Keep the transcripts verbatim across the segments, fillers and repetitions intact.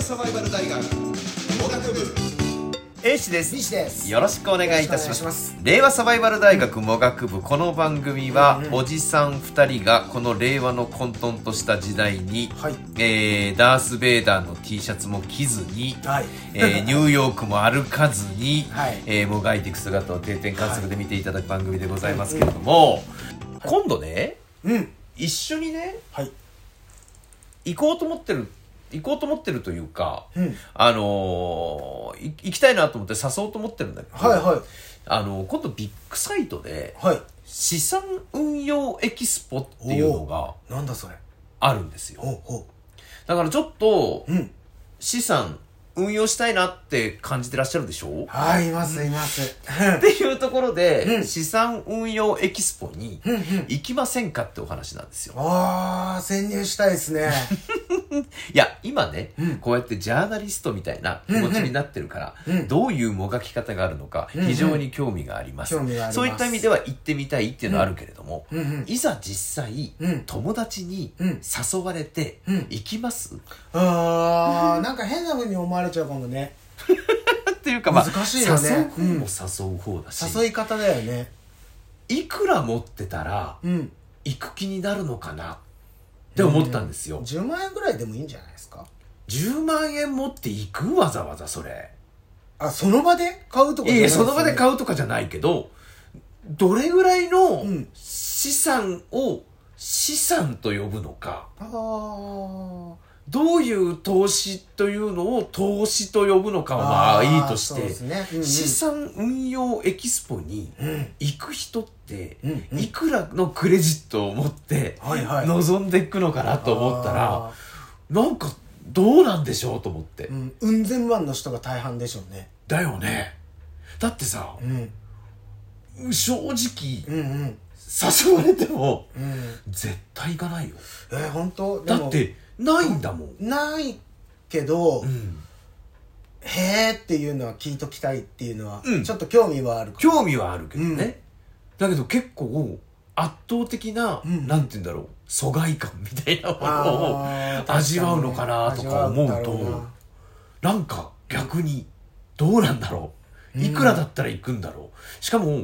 和サバイバル大学農学部 A氏です。 西です。 よろしくお願いいたします。 よろしくお願いします。 令和サバイバル大学農学部、この番組は、 うんうん、 おじさんふたりがこの令和の混沌とした時代に、 はい、 えー、ダース・ベイダーの T シャツも着ずに、 はい、 えー、ニューヨークも歩かずに、 はいえー、もがいていく姿を定点観測で見ていただく番組でございますけれども、はい、今度ね、 うん、 一緒にね、 はい、 行こうと思ってる行こうと思ってるというか、 うん、 あのー、行きたいなと思って誘おうと思ってるんだけど、 はいはい、 あのー、今度ビッグサイトで、 はい、 資産運用エキスポっていうのがなんだそれあるんですよ。 ほうほだからちょっと、 う、うん、 資産運用したいなって感じてらっしゃるでしょ。 はい、いますいますっていうところで、 うん、 資産運用エキスポにうんうん、 行きませんかってお話なんですよ。 あー、潜入したいですねいや今ね、 うん、 こうやってジャーナリストみたいな気持ちになってるから、 うんうん、 どういうもがき方があるのか非常に興味があります、 うんうん、興味があります。 そういった意味では行ってみたいっていうのはあるけれども、 うんうんうん、 いざ実際、うん、友達に誘われて、うん、行きます、 あーなんか変な風に思われちゃうかもねっていうか、まあ、 難しいよね。 誘う方も誘う方だし、 うん、誘い方だよね。 いくら持ってたら、うん、行く気になるのかなって思ったんですよ、 うん、じゅうまんえんぐらいでもいいんじゃないですか。 じゅうまんえん持って行く、わざわざそれ。 あ、その場で買うとかじゃないですよね。いやいや、 その場で買うとかじゃないけど、どれぐらいの資産を資産と呼ぶのか、 うん、あどういう投資というのを投資と呼ぶのかはまあいいとして、 ね、うんうん、 資産運用エキスポに行く人っていくらのクレジットを持って臨んでいくのかなと思ったら、なんかどうなんでしょうと思って、 うん、うん千万の人が大半でしょうね。 だよね。だってさ、うん、正直、うんうん、誘われても、うん、絶対行かないよ。 えー、本当？ だってないんだもん。 ないけど、 うん、 へーっていうのは聞いときたいっていうのは、うん、ちょっと興味はあるか興味はあるけどね、うん、だけど結構圧倒的な、うん、なんて言うんだろう、疎外感みたいなものを味わうのかなとか思うと、な, なんか逆にどうなんだろう、いくらだったら行くんだろう。しかも、うん、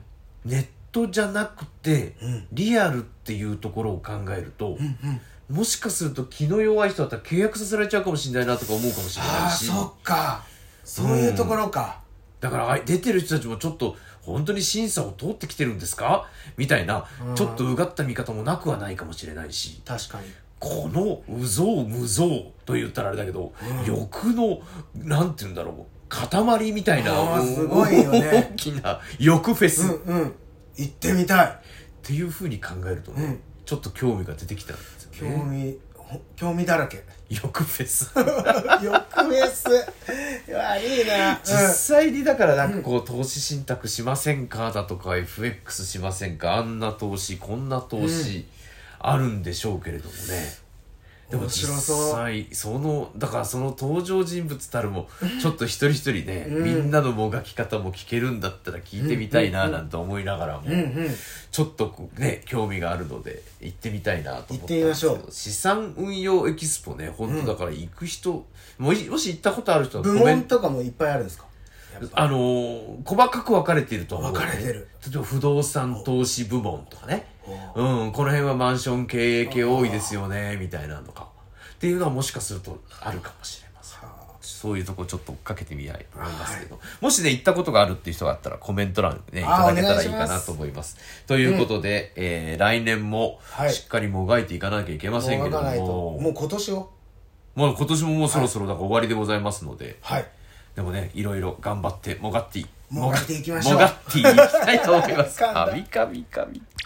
ネットじゃなくて、うん、リアルっていうところを考えると、うんうん、もしかすると気の弱い人だったら契約させられちゃうかもしれないなとか思うかもしれないし。 ああ、そっか、そういうところか、 うん、だから出てる人たちもちょっと本当に審査を通ってきてるんですかみたいな、ちょっとうがった見方もなくはないかもしれないし。 確かにこのうぞうむぞうと言ったらあれだけど、うん、欲のなんて言うんだろう、塊みたいな、 すごいよね、 大きな欲フェス、 うんうん、行ってみたいっていう風に考えるとね、うん、ちょっと興味が出てきたんですよね。 興味興味だらけ。 欲フェス欲フェスいや、いいな。 実際にだからなんかこう、投資信託しませんかだとか エフエックス しませんか、あんな投資こんな投資あるんでしょうけれどもね、でも実際そのだからその登場人物たるもちょっと一人一人ね、うん、みんなのもがき方も聞けるんだったら聞いてみたいななんて思いながらも、うんうん、ちょっとね興味があるので行ってみたいなと思ったんですけど、資産運用エキスポね、本当だから行く人、うん、も, もし行ったことある人は部門とかもいっぱいあるんですか。 あのー、細かく分かれていると思う、ね、 分かれてる。 例えば不動産投資部門とかね、うん、この辺はマンション経営系多いですよねみたいなのとかっていうのはもしかするとあるかもしれません。そういうとこちょっと追っかけてみたいと思いますけど、はい、もしね行ったことがあるっていう人があったらコメント欄でねいただけたらいいかなと思います。ということで、うん、えー、来年もしっかりもがいていかなきゃいけませんけれども、 はい、もう今年をもう今年ももうそろそろだから終わりでございますので、 はい、 でもねいろいろ頑張ってもがってもがっていきましょう。 もがっていきたいと思います。カミカミカミ。